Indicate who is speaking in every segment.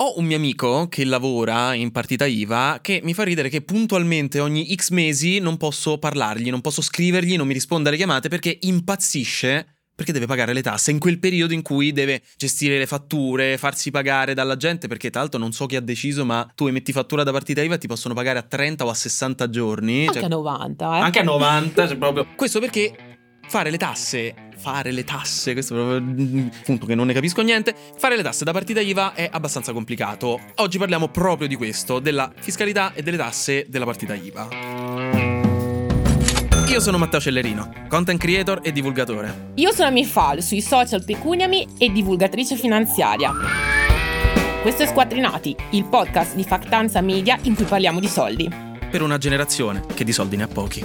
Speaker 1: Ho un mio amico che lavora in partita IVA che mi fa ridere che puntualmente ogni X mesi non posso parlargli, non posso scrivergli, non mi risponde alle chiamate perché impazzisce perché deve pagare le tasse in quel periodo in cui deve gestire le fatture, farsi pagare dalla gente, perché tra l'altro non so chi ha deciso, ma tu emetti fattura da partita IVA e ti possono pagare a 30 o a 60 giorni.
Speaker 2: Anche a 90,
Speaker 1: Anche a 90, cioè proprio. Questo perché fare le tasse, questo è proprio un punto che non ne capisco niente, fare le tasse da partita IVA è abbastanza complicato. Oggi parliamo proprio di questo, della fiscalità e delle tasse della partita IVA. Io sono Matteo Cellerino, content creator e divulgatore.
Speaker 2: Io sono Mifal, sui social Pecuniami e divulgatrice finanziaria. Questo è Squattrinati, il podcast di Factanza Media in cui parliamo di soldi.
Speaker 1: Per una generazione che di soldi ne ha pochi.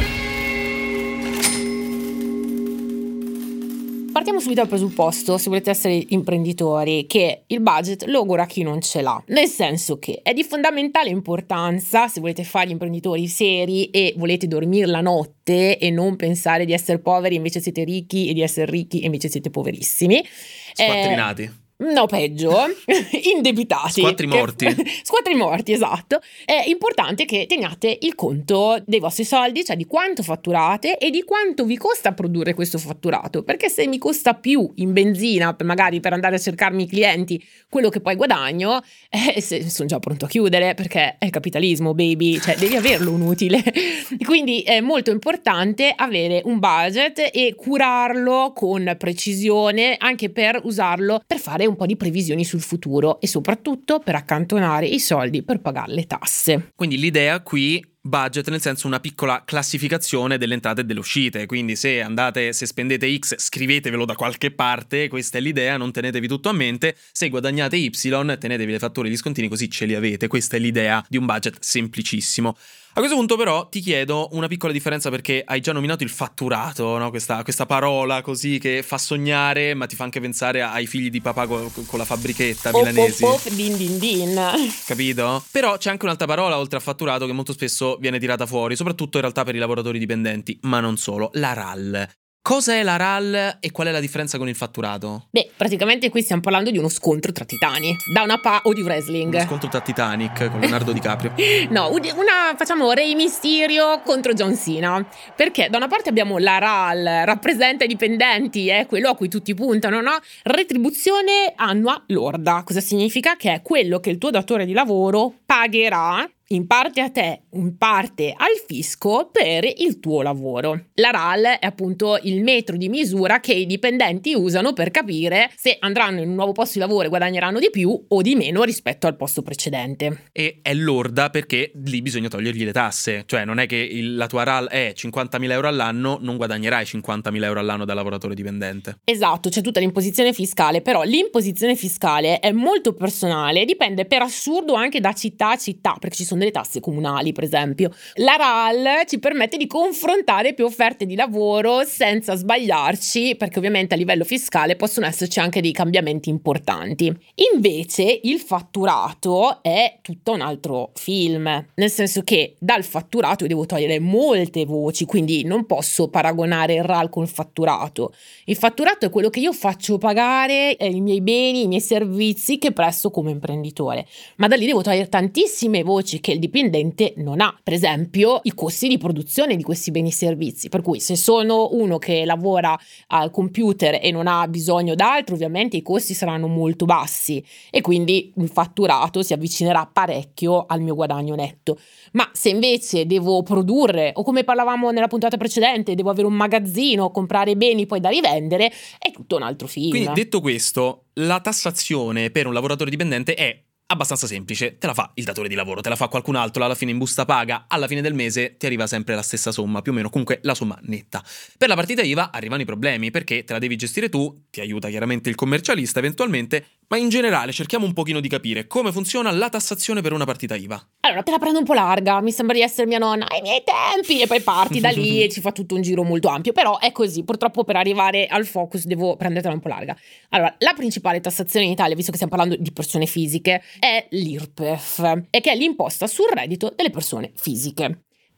Speaker 2: Partiamo subito dal presupposto, se volete essere imprenditori, che il budget logora chi non ce l'ha. Nel senso che è di fondamentale importanza, se volete fare gli imprenditori seri e volete dormire la notte e non pensare di essere poveri invece siete ricchi e di essere ricchi e invece siete poverissimi.
Speaker 1: Squattrinati.
Speaker 2: No, peggio, indebitati.
Speaker 1: Squattri morti.
Speaker 2: Squattri morti, esatto. È importante che teniate il conto dei vostri soldi, cioè di quanto fatturate e di quanto vi costa produrre questo fatturato. Perché se mi costa più in benzina, magari per andare a cercarmi i clienti, quello che poi guadagno, sono già pronto a chiudere, perché è il capitalismo, baby, cioè devi averlo un utile. Quindi è molto importante avere un budget e curarlo con precisione, anche per usarlo per fare un po' di previsioni sul futuro e soprattutto per accantonare i soldi per pagare le tasse.
Speaker 1: Quindi l'idea qui, budget nel senso una piccola classificazione delle entrate e delle uscite, quindi se spendete X scrivetevelo da qualche parte, questa è l'idea, non tenetevi tutto a mente, se guadagnate Y tenetevi le fatture e gli scontini così ce li avete, questa è l'idea di un budget semplicissimo. A questo punto però ti chiedo una piccola differenza perché hai già nominato il fatturato, no? Questa parola così che fa sognare ma ti fa anche pensare ai figli di papà con la fabbrichetta milanesi.
Speaker 2: Din din din.
Speaker 1: Capito? Però c'è anche un'altra parola oltre a fatturato che molto spesso viene tirata fuori, soprattutto in realtà per i lavoratori dipendenti, ma non solo, la RAL. Cosa è la RAL e qual è la differenza con il fatturato?
Speaker 2: Beh, praticamente qui stiamo parlando di uno scontro tra titani, o di wrestling.
Speaker 1: Uno scontro tra Titanic con Leonardo DiCaprio.
Speaker 2: No, facciamo Rey Mysterio contro John Cena, perché da una parte abbiamo la RAL, rappresenta i dipendenti, è quello a cui tutti puntano, no? Retribuzione annua lorda. Cosa significa? Che è quello che il tuo datore di lavoro pagherà in parte a te, in parte al fisco per il tuo lavoro. La RAL è appunto il metro di misura che i dipendenti usano per capire se andranno in un nuovo posto di lavoro e guadagneranno di più o di meno rispetto al posto precedente.
Speaker 1: E è lorda perché lì bisogna togliergli le tasse, cioè non è che la tua RAL è 50.000 euro all'anno, non guadagnerai 50.000 euro all'anno da lavoratore dipendente.
Speaker 2: Esatto, c'è tutta l'imposizione fiscale, però l'imposizione fiscale è molto personale, dipende per assurdo anche da città a città, perché ci sono delle tasse comunali, per esempio. La RAL ci permette di confrontare più offerte di lavoro senza sbagliarci, perché ovviamente a livello fiscale possono esserci anche dei cambiamenti importanti. Invece il fatturato è tutto un altro film, nel senso che dal fatturato io devo togliere molte voci, quindi non posso paragonare il RAL con il fatturato. Il fatturato è quello che io faccio pagare i miei beni, i miei servizi che presto come imprenditore, ma da lì devo togliere tantissime voci che il dipendente non ha, per esempio i costi di produzione di questi beni e servizi, per cui se sono uno che lavora al computer e non ha bisogno d'altro, ovviamente i costi saranno molto bassi e quindi il fatturato si avvicinerà parecchio al mio guadagno netto. Ma se invece devo produrre, o come parlavamo nella puntata precedente, devo avere un magazzino, comprare beni poi da rivendere, è tutto un altro film.
Speaker 1: Quindi detto questo, la tassazione per un lavoratore dipendente è abbastanza semplice, te la fa il datore di lavoro, te la fa qualcun altro, alla fine in busta paga, alla fine del mese ti arriva sempre la stessa somma, più o meno, comunque la somma netta. Per la partita IVA arrivano i problemi, perché te la devi gestire tu, ti aiuta chiaramente il commercialista eventualmente, ma in generale cerchiamo un pochino di capire come funziona la tassazione per una partita IVA.
Speaker 2: Allora, te la prendo un po' larga, mi sembra di essere mia nonna, ai miei tempi, e poi parti da lì e ci fa tutto un giro molto ampio, però è così, purtroppo per arrivare al focus devo prendertela un po' larga. Allora, la principale tassazione in Italia, visto che stiamo parlando di persone fisiche, è l'IRPEF, e che è l'imposta sul reddito delle persone fisiche.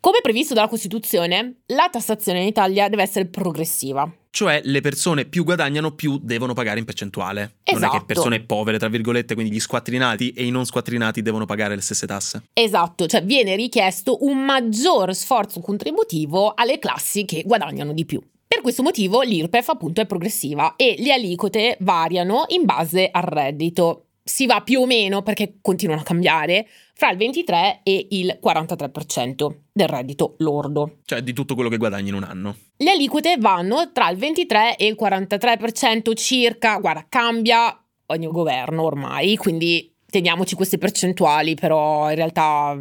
Speaker 2: Come previsto dalla Costituzione, la tassazione in Italia deve essere progressiva.
Speaker 1: Cioè le persone più guadagnano più devono pagare in percentuale. Non è che
Speaker 2: Esatto.
Speaker 1: persone povere, tra virgolette, quindi gli squattrinati e i non squattrinati devono pagare le stesse tasse.
Speaker 2: Esatto, cioè viene richiesto un maggior sforzo contributivo alle classi che guadagnano di più. Per questo motivo l'IRPEF appunto è progressiva e le aliquote variano in base al reddito. Si va più o meno, perché continuano a cambiare, fra il 23 e il 43% del reddito lordo.
Speaker 1: Cioè di tutto quello che guadagni in un anno.
Speaker 2: Le aliquote vanno tra il 23 e il 43% circa, guarda, cambia ogni governo ormai, quindi teniamoci queste percentuali, però in realtà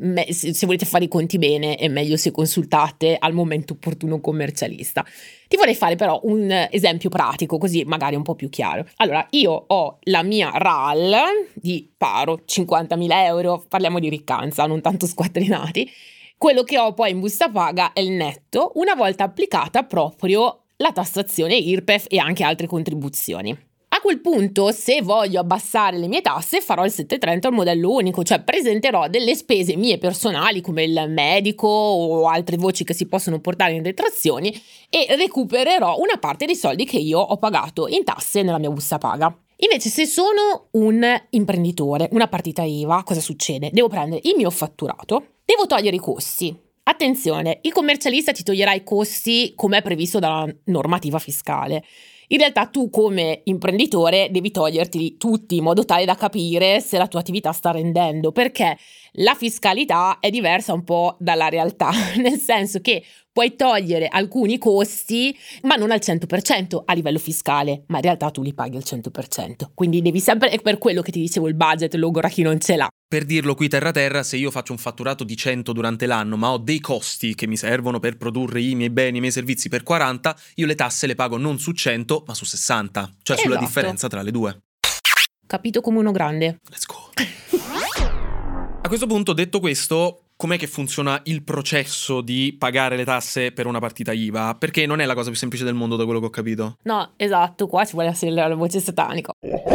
Speaker 2: se volete fare i conti bene è meglio se consultate al momento opportuno un commercialista. Ti vorrei fare però un esempio pratico, così magari un po' più chiaro. Allora, io ho la mia RAL di paro 50.000 euro, parliamo di riccanza, non tanto squattrinati. Quello che ho poi in busta paga è il netto, una volta applicata proprio la tassazione IRPEF e anche altre contribuzioni. A quel punto, se voglio abbassare le mie tasse, farò il 730 al modello unico, cioè presenterò delle spese mie personali come il medico o altre voci che si possono portare in detrazioni e recupererò una parte dei soldi che io ho pagato in tasse nella mia busta paga. Invece, se sono un imprenditore, una partita IVA, cosa succede? Devo prendere il mio fatturato, devo togliere i costi. Attenzione, il commercialista ti toglierà i costi come è previsto dalla normativa fiscale. In realtà tu come imprenditore devi toglierti tutti in modo tale da capire se la tua attività sta rendendo, perché la fiscalità è diversa un po' dalla realtà, nel senso che puoi togliere alcuni costi ma non al 100% a livello fiscale, ma in realtà tu li paghi al 100%, quindi devi sempre, è per quello che ti dicevo il budget logora chi non ce l'ha.
Speaker 1: Per dirlo qui terra terra, se io faccio un fatturato di 100 durante l'anno ma ho dei costi che mi servono per produrre i miei beni, i miei servizi per 40, io le tasse le pago non su 100 ma su 60, cioè sulla
Speaker 2: Esatto.
Speaker 1: differenza tra le due.
Speaker 2: Capito come uno grande.
Speaker 1: Let's go. A questo punto, detto questo, com'è che funziona il processo di pagare le tasse per una partita IVA? Perché non è la cosa più semplice del mondo, da quello che ho capito.
Speaker 2: No, esatto, qua ci vuole essere la voce satanica.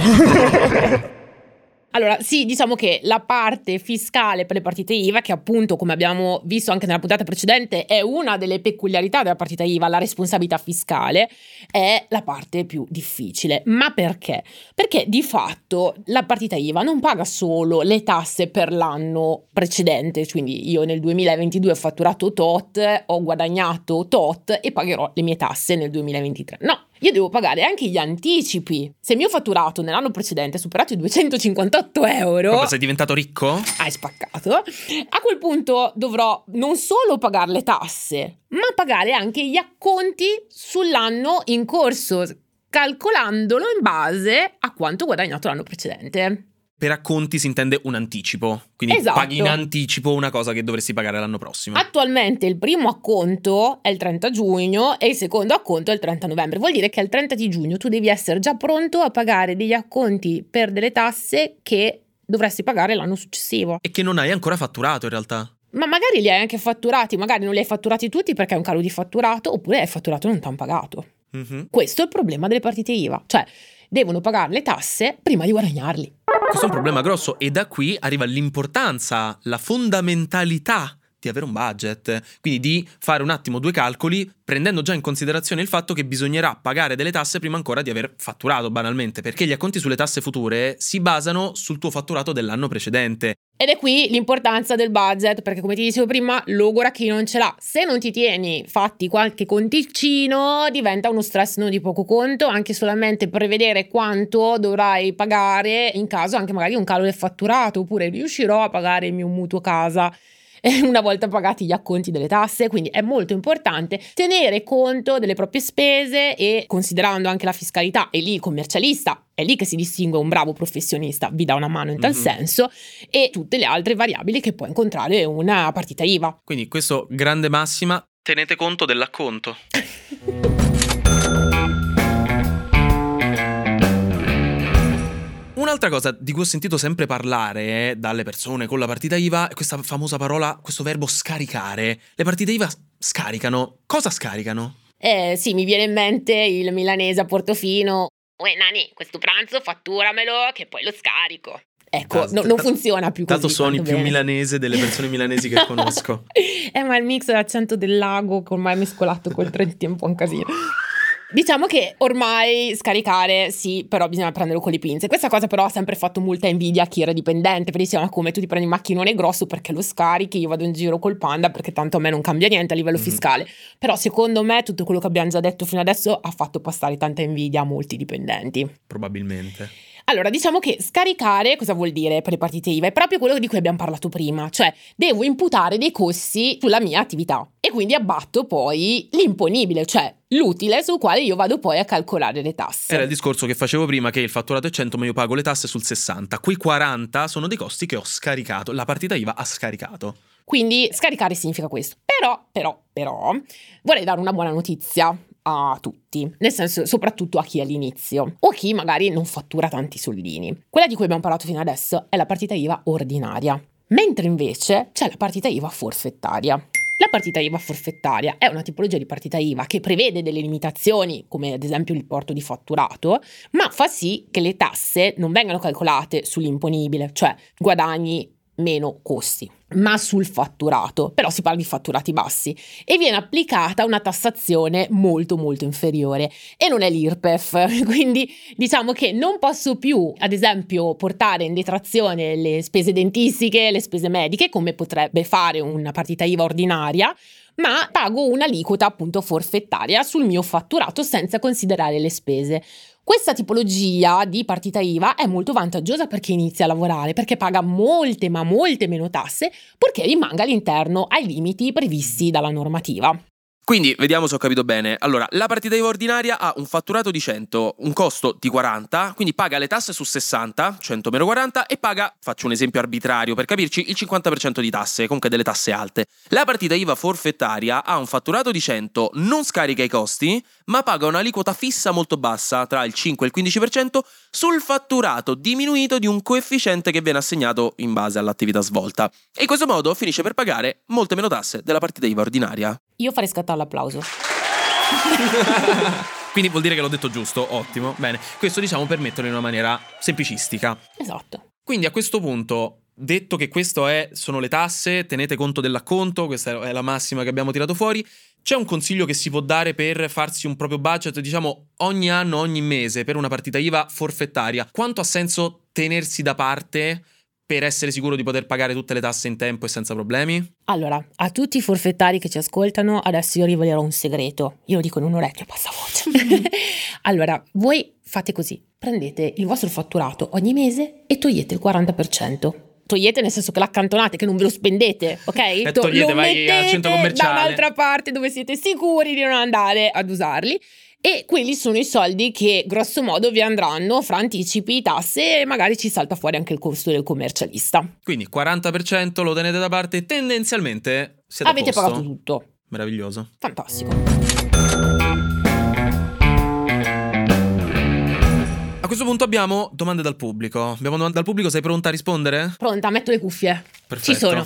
Speaker 2: Allora, sì, diciamo che la parte fiscale per le partite IVA, che appunto, come abbiamo visto anche nella puntata precedente, è una delle peculiarità della partita IVA, la responsabilità fiscale, è la parte più difficile. Ma perché? Perché di fatto la partita IVA non paga solo le tasse per l'anno precedente, quindi io nel 2022 ho fatturato tot, ho guadagnato tot e pagherò le mie tasse nel 2023. No! Io devo pagare anche gli anticipi. Se il mio fatturato nell'anno precedente ha superato i 258 euro...
Speaker 1: Proprio sei diventato ricco?
Speaker 2: Hai spaccato. A quel punto dovrò non solo pagare le tasse, ma pagare anche gli acconti sull'anno in corso, calcolandolo in base a quanto ho guadagnato l'anno precedente.
Speaker 1: Per acconti si intende un anticipo, quindi
Speaker 2: Esatto.
Speaker 1: paghi in anticipo una cosa che dovresti pagare l'anno prossimo.
Speaker 2: Attualmente il primo acconto è il 30 giugno e il secondo acconto è il 30 novembre. Vuol dire che al 30 di giugno tu devi essere già pronto a pagare degli acconti per delle tasse che dovresti pagare l'anno successivo.
Speaker 1: E che non hai ancora fatturato in realtà.
Speaker 2: Ma magari li hai anche fatturati, magari non li hai fatturati tutti perché è un calo di fatturato, oppure hai fatturato e non ti hanno pagato.
Speaker 1: Mm-hmm.
Speaker 2: Questo è il problema delle partite IVA, cioè devono pagare le tasse prima di guadagnarli.
Speaker 1: Questo è un problema grosso e da qui arriva l'importanza, la fondamentalità di avere un budget, quindi di fare un attimo due calcoli prendendo già in considerazione il fatto che bisognerà pagare delle tasse prima ancora di aver fatturato, banalmente, perché gli acconti sulle tasse future si basano sul tuo fatturato dell'anno precedente.
Speaker 2: Ed è qui l'importanza del budget, perché come ti dicevo prima, logora chi non ce l'ha. Se non ti tieni fatti qualche conticino, diventa uno stress non di poco conto, anche solamente prevedere quanto dovrai pagare in caso anche magari un calo del fatturato, oppure riuscirò a pagare il mio mutuo casa una volta pagati gli acconti delle tasse. Quindi è molto importante tenere conto delle proprie spese e considerando anche la fiscalità, e lì il commercialista è lì che si distingue un bravo professionista, vi dà una mano in tal senso, e tutte le altre variabili che può incontrare una partita IVA.
Speaker 1: Quindi questo grande massima, tenete conto dell'acconto. Un'altra cosa di cui ho sentito sempre parlare dalle persone con la partita IVA è questa famosa parola, questo verbo scaricare. Le partite IVA scaricano. Cosa scaricano?
Speaker 2: Sì, mi viene in mente il milanese a Portofino. Uè Nani, questo pranzo fatturamelo che poi lo scarico. Ecco, non funziona più così.
Speaker 1: Tanto suoni più milanese delle persone milanesi che conosco.
Speaker 2: Ma il mix dell'accento del lago che ormai è mescolato col trentino è un po' un casino. Diciamo che ormai scaricare sì, però bisogna prenderlo con le pinze. Questa cosa però ha sempre fatto molta invidia a chi era dipendente, perché diceva: ma come, tu ti prendi un macchinone grosso perché lo scarichi, io vado in giro col Panda perché tanto a me non cambia niente a livello fiscale. Però secondo me tutto quello che abbiamo già detto fino adesso ha fatto passare tanta invidia a molti dipendenti.
Speaker 1: Probabilmente.
Speaker 2: Allora, diciamo che scaricare cosa vuol dire per le partite IVA? È proprio quello di cui abbiamo parlato prima, cioè devo imputare dei costi sulla mia attività e quindi abbatto poi l'imponibile, cioè l'utile sul quale io vado poi a calcolare le tasse.
Speaker 1: Era il discorso che facevo prima, che il fatturato è 100 ma io pago le tasse sul 60, quei 40 sono dei costi che ho scaricato, la partita IVA ha scaricato.
Speaker 2: Quindi scaricare significa questo. Però vorrei dare una buona notizia a tutti, nel senso soprattutto a chi è all'inizio o chi magari non fattura tanti soldini. Quella di cui abbiamo parlato fino adesso è la partita IVA ordinaria, mentre invece c'è la partita IVA forfettaria. La partita IVA forfettaria è una tipologia di partita IVA che prevede delle limitazioni, come ad esempio l'importo di fatturato, ma fa sì che le tasse non vengano calcolate sull'imponibile, cioè guadagni meno costi, ma sul fatturato. Però si parla di fatturati bassi e viene applicata una tassazione molto molto inferiore e non è l'IRPEF, quindi diciamo che non posso più ad esempio portare in detrazione le spese dentistiche, le spese mediche come potrebbe fare una partita IVA ordinaria, ma pago un'aliquota appunto forfettaria sul mio fatturato senza considerare le spese. Questa tipologia di partita IVA è molto vantaggiosa per chi inizia a lavorare, perché paga molte meno tasse, purché rimanga all'interno ai limiti previsti dalla normativa.
Speaker 1: Quindi, vediamo se ho capito bene. Allora, la partita IVA ordinaria ha un fatturato di 100, un costo di 40, quindi paga le tasse su 60, 100 meno 40, e paga, faccio un esempio arbitrario per capirci, il 50% di tasse, comunque delle tasse alte. La partita IVA forfettaria ha un fatturato di 100, non scarica i costi, ma paga un'aliquota fissa molto bassa, tra il 5 e il 15%, sul fatturato diminuito di un coefficiente che viene assegnato in base all'attività svolta. E in questo modo finisce per pagare molte meno tasse della partita IVA ordinaria.
Speaker 2: Io farei scattare l'applauso.
Speaker 1: Quindi vuol dire che l'ho detto giusto, ottimo, bene. Questo diciamo per metterlo in una maniera semplicistica.
Speaker 2: Esatto.
Speaker 1: Quindi a questo punto, detto che sono le tasse, tenete conto dell'acconto, questa è la massima che abbiamo tirato fuori, c'è un consiglio che si può dare per farsi un proprio budget, diciamo ogni anno, ogni mese, per una partita IVA forfettaria? Quanto ha senso tenersi da parte per essere sicuro di poter pagare tutte le tasse in tempo e senza problemi?
Speaker 2: Allora, a tutti i forfettari che ci ascoltano, adesso io rivelerò un segreto. Io lo dico in un orecchio, passa voce. Allora, voi fate così. Prendete il vostro fatturato ogni mese e togliete il 40%. Togliete nel senso che l'accantonate, che non ve lo spendete, ok?
Speaker 1: E togliete, vai al centro commerciale.
Speaker 2: Da un'altra parte dove siete sicuri di non andare ad usarli. E quelli sono i soldi che grosso modo vi andranno fra anticipi, tasse e magari ci salta fuori anche il costo del commercialista.
Speaker 1: Quindi 40% lo tenete da parte e tendenzialmente siete
Speaker 2: avete
Speaker 1: a posto.
Speaker 2: pagato tutto.
Speaker 1: Meraviglioso.
Speaker 2: Fantastico.
Speaker 1: A questo punto abbiamo domande dal pubblico. Abbiamo domande dal pubblico, sei pronta a rispondere?
Speaker 2: Pronta, metto le cuffie.
Speaker 1: Perfetto.
Speaker 2: Ci sono.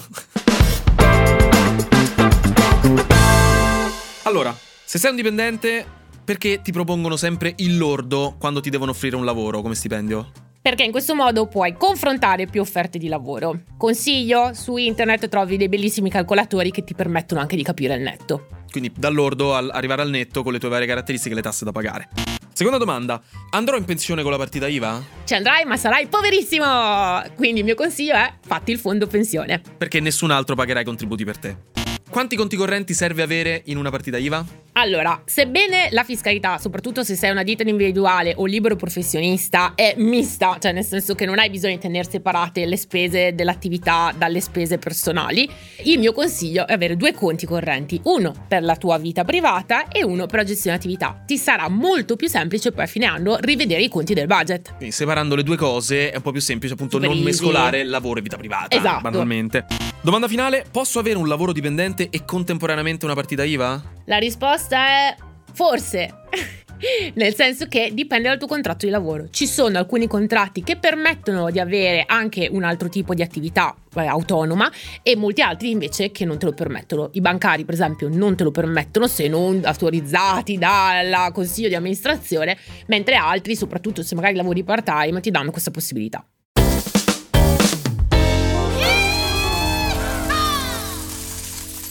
Speaker 1: Allora, se sei un dipendente, perché ti propongono sempre il lordo quando ti devono offrire un lavoro come stipendio?
Speaker 2: Perché in questo modo puoi confrontare più offerte di lavoro. Consiglio, su internet trovi dei bellissimi calcolatori che ti permettono anche di capire il netto.
Speaker 1: Quindi dal lordo arrivare al netto con le tue varie caratteristiche e le tasse da pagare. Seconda domanda, andrò in pensione con la partita IVA?
Speaker 2: Ci andrai ma sarai poverissimo! Quindi il mio consiglio è fatti il fondo pensione.
Speaker 1: Perché nessun altro pagherà i contributi per te. Quanti conti correnti serve avere in una partita IVA?
Speaker 2: Allora, sebbene la fiscalità, soprattutto se sei una ditta individuale o libero professionista, è mista, cioè nel senso che non hai bisogno di tenere separate le spese dell'attività dalle spese personali, il mio consiglio è avere 2 conti correnti, uno per la tua vita privata e uno per la gestione attività. Ti sarà molto più semplice poi a fine anno rivedere i conti del budget.
Speaker 1: Quindi separando le due cose è un po' più semplice, appunto, non mescolare lavoro e vita privata,
Speaker 2: esatto.
Speaker 1: Banalmente. Domanda finale, posso avere un lavoro dipendente e contemporaneamente una partita IVA?
Speaker 2: La risposta è forse. Nel senso che dipende dal tuo contratto di lavoro. Ci sono alcuni contratti che permettono di avere anche un altro tipo di attività autonoma e molti altri invece che non te lo permettono. I bancari, per esempio, non te lo permettono se non autorizzati dal consiglio di amministrazione, mentre altri, soprattutto se magari lavori part-time, ti danno questa possibilità.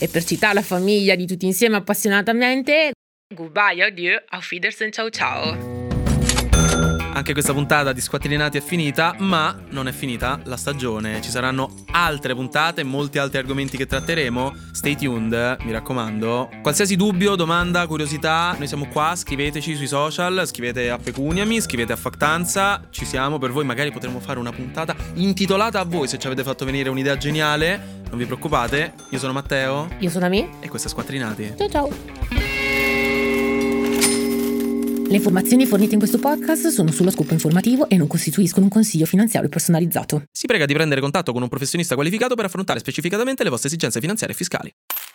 Speaker 2: E per citare la famiglia di tutti insieme appassionatamente, goodbye, adieu, auf Wiedersehen, ciao ciao.
Speaker 1: Anche questa puntata di Squattrinati è finita, ma non è finita la stagione. Ci saranno altre puntate, molti altri argomenti che tratteremo. Stay tuned, mi raccomando. Qualsiasi dubbio, domanda, curiosità, noi siamo qua, scriveteci sui social, scrivete a Pecuniami, scrivete a Factanza, ci siamo per voi, magari potremo fare una puntata intitolata a voi se ci avete fatto venire un'idea geniale. Non vi preoccupate, io sono Matteo.
Speaker 2: Io sono Ami.
Speaker 1: E questo è Squattrinati.
Speaker 2: Ciao ciao. Le informazioni fornite in questo podcast sono sullo scopo informativo e non costituiscono un consiglio finanziario personalizzato.
Speaker 1: Si prega di prendere contatto con un professionista qualificato per affrontare specificatamente le vostre esigenze finanziarie e fiscali.